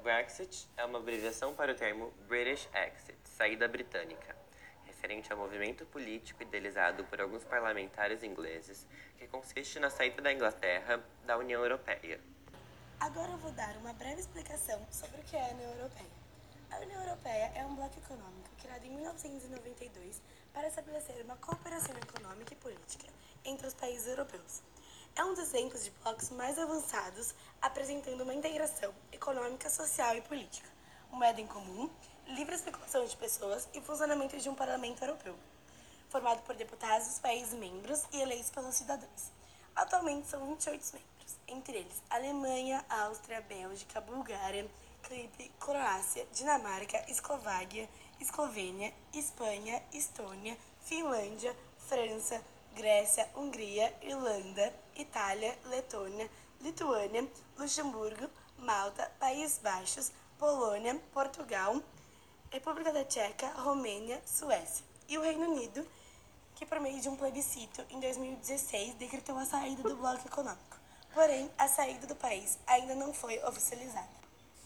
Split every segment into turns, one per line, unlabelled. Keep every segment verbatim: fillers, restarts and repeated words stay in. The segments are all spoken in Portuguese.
Brexit é uma abreviação para o termo British Exit, saída britânica, referente ao movimento político idealizado por alguns parlamentares ingleses que consiste na saída da Inglaterra da União Europeia.
Agora eu vou dar uma breve explicação sobre o que é a União Europeia. A União Europeia é um bloco econômico criado em mil novecentos e noventa e dois para estabelecer uma cooperação econômica e política entre os países europeus. É um dos exemplos de blocos mais avançados, apresentando uma integração econômica, social e política, uma moeda em comum, livre circulação de pessoas e funcionamento de um parlamento europeu, formado por deputados dos países membros e eleitos pelos cidadãos. Atualmente são vinte e oito membros, entre eles Alemanha, Áustria, Bélgica, Bulgária, Chipre, Croácia, Dinamarca, Eslováquia, Eslovênia, Espanha, Estônia, Finlândia, França, Grécia, Hungria, Irlanda, Itália, Letônia, Lituânia, Luxemburgo, Malta, Países Baixos, Polônia, Portugal, República da Tcheca, Romênia, Suécia e o Reino Unido, que por meio de um plebiscito em dois mil e dezesseis decretou a saída do bloco econômico. Porém, a saída do país ainda não foi oficializada.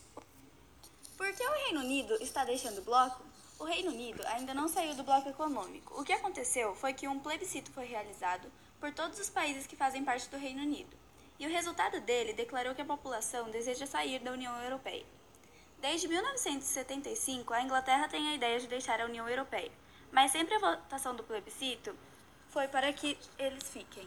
Por que o Reino Unido está deixando o bloco? O Reino Unido ainda não saiu do bloco econômico. O que aconteceu foi que um plebiscito foi realizado por todos os países que fazem parte do Reino Unido, e o resultado dele declarou que a população deseja sair da União Europeia. Desde mil novecentos e setenta e cinco, a Inglaterra tem a ideia de deixar a União Europeia, mas sempre a votação do plebiscito foi para que eles fiquem.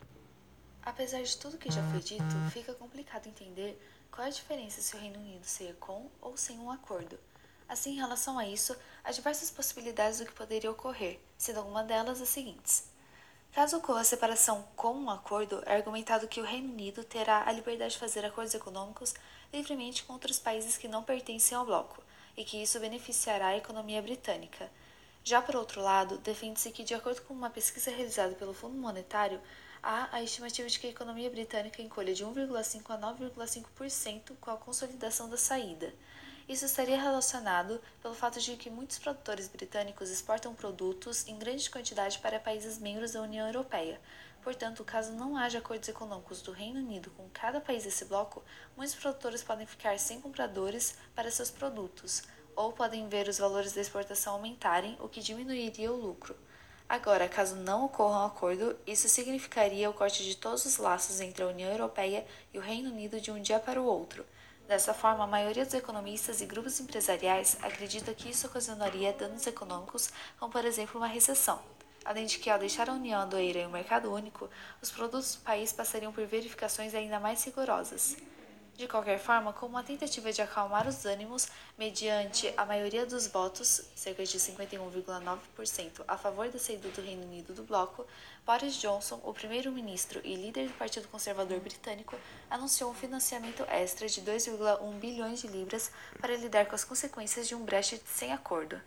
Apesar de tudo que já foi dito, fica complicado entender qual é a diferença se o Reino Unido sair com ou sem um acordo. Assim, em relação a isso, há diversas possibilidades do que poderia ocorrer, sendo alguma delas as seguintes. Caso ocorra a separação com um acordo, é argumentado que o Reino Unido terá a liberdade de fazer acordos econômicos livremente com outros países que não pertencem ao bloco, e que isso beneficiará a economia britânica. Já por outro lado, defende-se que, de acordo com uma pesquisa realizada pelo Fundo Monetário, há a estimativa de que a economia britânica encolha de um vírgula cinco por cento a nove vírgula cinco por cento com a consolidação da saída. Isso estaria relacionado pelo fato de que muitos produtores britânicos exportam produtos em grande quantidade para países membros da União Europeia. Portanto, caso não haja acordos econômicos do Reino Unido com cada país desse bloco, muitos produtores podem ficar sem compradores para seus produtos, ou podem ver os valores da exportação aumentarem, o que diminuiria o lucro. Agora, caso não ocorra um acordo, isso significaria o corte de todos os laços entre a União Europeia e o Reino Unido de um dia para o outro. Dessa forma, a maioria dos economistas e grupos empresariais acredita que isso ocasionaria danos econômicos, como por exemplo uma recessão. Além de que, ao deixar a União Aduaneira e o mercado único, os produtos do país passariam por verificações ainda mais rigorosas. De qualquer forma, como uma tentativa de acalmar os ânimos, mediante a maioria dos votos, cerca de cinquenta e um vírgula nove por cento, a favor da saída do Reino Unido do bloco, Boris Johnson, o primeiro-ministro e líder do Partido Conservador Britânico, anunciou um financiamento extra de dois vírgula um bilhões de libras para lidar com as consequências de um Brexit sem acordo.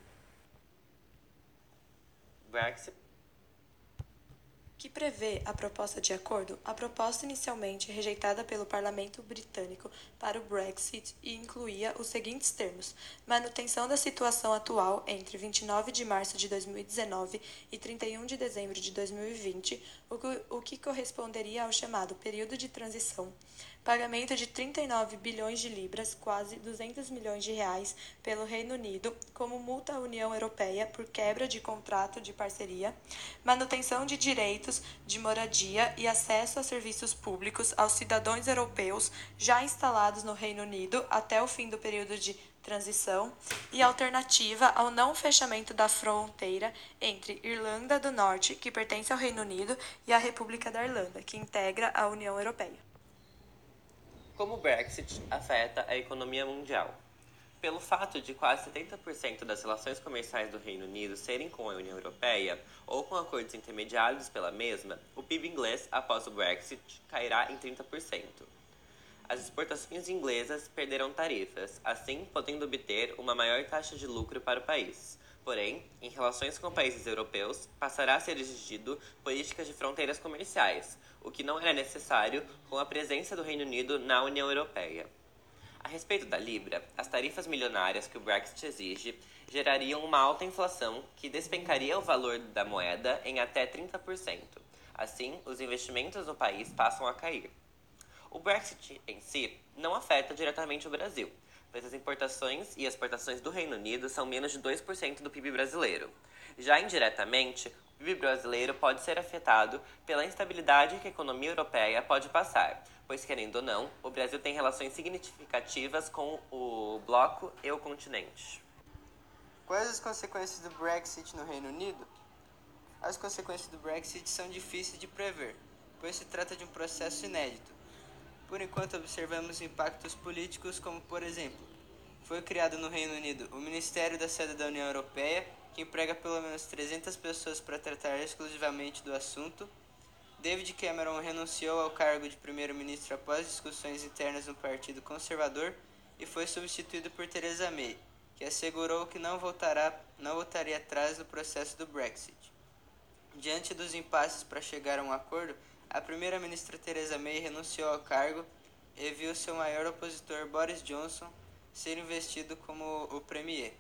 Brexit
que prevê a proposta de acordo, a proposta inicialmente rejeitada pelo Parlamento Britânico para o Brexit e incluía os seguintes termos: manutenção da situação atual entre vinte e nove de março de dois mil e dezenove e trinta e um de dezembro de dois mil e vinte, o que, o que corresponderia ao chamado período de transição, pagamento de trinta e nove bilhões de libras, quase duzentos milhões de reais, pelo Reino Unido como multa à União Europeia por quebra de contrato de parceria, manutenção de direitos de moradia e acesso a serviços públicos aos cidadãos europeus já instalados no Reino Unido até o fim do período de transição e alternativa ao não fechamento da fronteira entre Irlanda do Norte, que pertence ao Reino Unido, e a República da Irlanda, que integra a União Europeia.
Como o Brexit afeta a economia mundial? Pelo fato de quase setenta por cento das relações comerciais do Reino Unido serem com a União Europeia ou com acordos intermediários pela mesma, o P I B inglês após o Brexit cairá em trinta por cento. As exportações inglesas perderão tarifas, assim podendo obter uma maior taxa de lucro para o país. Porém, em relações com países europeus, passará a ser exigido políticas de fronteiras comerciais, o que não era necessário com a presença do Reino Unido na União Europeia. A respeito da Libra, as tarifas milionárias que o Brexit exige gerariam uma alta inflação que despencaria o valor da moeda em até trinta por cento. Assim, os investimentos no país passam a cair. O Brexit em si não afeta diretamente o Brasil, pois as importações e exportações do Reino Unido são menos de dois por cento do P I B brasileiro. Já indiretamente, o P I B brasileiro pode ser afetado pela instabilidade que a economia europeia pode passar, pois, querendo ou não, o Brasil tem relações significativas com o bloco e o continente.
Quais as consequências do Brexit no Reino Unido? As consequências do Brexit são difíceis de prever, pois se trata de um processo inédito. Por enquanto, observamos impactos políticos como, por exemplo, foi criado no Reino Unido o Ministério da Sede da União Europeia, que emprega pelo menos trezentas pessoas para tratar exclusivamente do assunto. David Cameron renunciou ao cargo de primeiro-ministro após discussões internas no Partido Conservador e foi substituído por Theresa May, que assegurou que não, voltará, não voltaria atrás no processo do Brexit. Diante dos impasses para chegar a um acordo, a primeira-ministra Theresa May renunciou ao cargo e viu seu maior opositor, Boris Johnson, ser investido como o premier.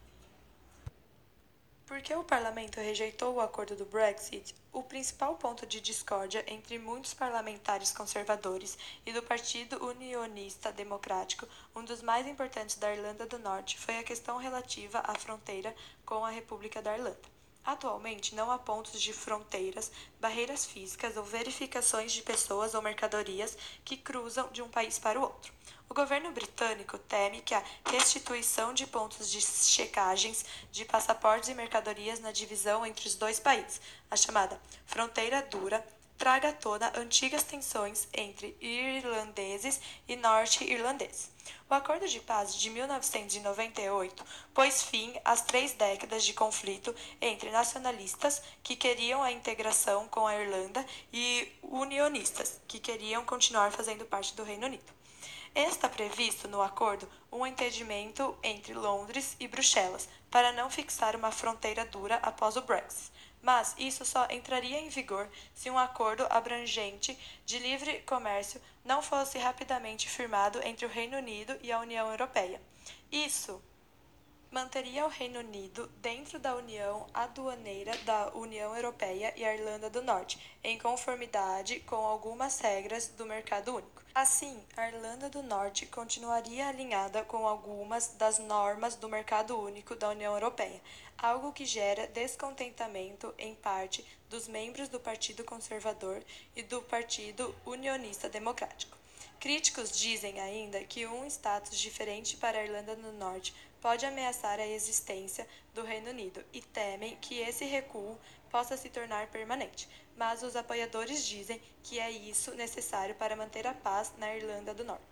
Porque o parlamento rejeitou o acordo do Brexit, o principal ponto de discórdia entre muitos parlamentares conservadores e do Partido Unionista Democrático, um dos mais importantes da Irlanda do Norte, foi a questão relativa à fronteira com a República da Irlanda. Atualmente, não há pontos de fronteiras, barreiras físicas ou verificações de pessoas ou mercadorias que cruzam de um país para o outro. O governo britânico teme que a restituição de pontos de checagens de passaportes e mercadorias na divisão entre os dois países, a chamada fronteira dura, traga à tona antigas tensões entre irlandeses e norte-irlandeses. O Acordo de Paz de mil novecentos e noventa e oito pôs fim às três décadas de conflito entre nacionalistas, que queriam a integração com a Irlanda, e unionistas, que queriam continuar fazendo parte do Reino Unido. Está previsto no acordo um entendimento entre Londres e Bruxelas para não fixar uma fronteira dura após o Brexit, mas isso só entraria em vigor se um acordo abrangente de livre comércio não fosse rapidamente firmado entre o Reino Unido e a União Europeia. Isso manteria o Reino Unido dentro da União Aduaneira da União Europeia e a Irlanda do Norte, em conformidade com algumas regras do mercado único. Assim, a Irlanda do Norte continuaria alinhada com algumas das normas do mercado único da União Europeia, algo que gera descontentamento em parte dos membros do Partido Conservador e do Partido Unionista Democrático. Críticos dizem ainda que um status diferente para a Irlanda do Norte pode ameaçar a existência do Reino Unido e temem que esse recuo possa se tornar permanente, mas os apoiadores dizem que é isso necessário para manter a paz na Irlanda do Norte.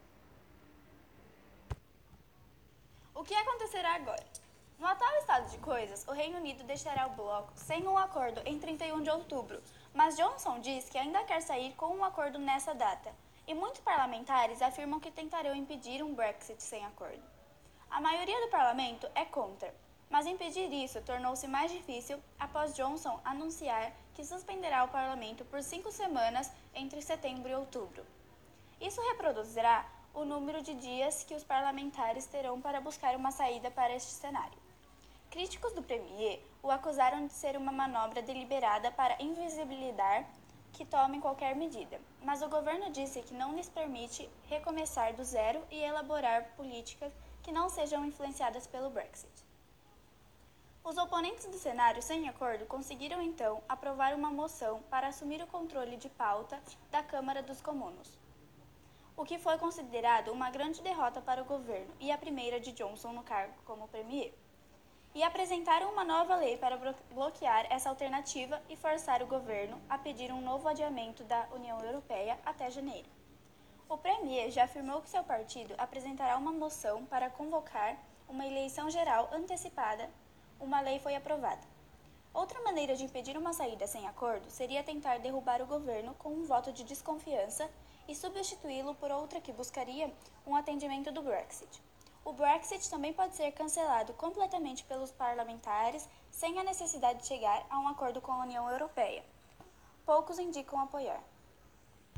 O que acontecerá agora? No atual estado de coisas, o Reino Unido deixará o bloco sem um acordo em trinta e um de outubro, mas Johnson diz que ainda quer sair com um acordo nessa data, e muitos parlamentares afirmam que tentarão impedir um Brexit sem acordo. A maioria do parlamento é contra, mas impedir isso tornou-se mais difícil após Johnson anunciar que suspenderá o parlamento por cinco semanas entre setembro e outubro. Isso reproduzirá o número de dias que os parlamentares terão para buscar uma saída para este cenário. Críticos do premier o acusaram de ser uma manobra deliberada para invisibilizar que tomem qualquer medida, mas o governo disse que não lhes permite recomeçar do zero e elaborar políticas que não sejam influenciadas pelo Brexit. Os oponentes do cenário sem acordo conseguiram então aprovar uma moção para assumir o controle de pauta da Câmara dos Comuns, o que foi considerado uma grande derrota para o governo e a primeira de Johnson no cargo como premier. E apresentaram uma nova lei para bloquear essa alternativa e forçar o governo a pedir um novo adiamento da União Europeia até janeiro. O premier já afirmou que seu partido apresentará uma moção para convocar uma eleição geral antecipada. Uma lei foi aprovada. Outra maneira de impedir uma saída sem acordo seria tentar derrubar o governo com um voto de desconfiança e substituí-lo por outra que buscaria um atendimento do Brexit. O Brexit também pode ser cancelado completamente pelos parlamentares sem a necessidade de chegar a um acordo com a União Europeia. Poucos indicam apoiar.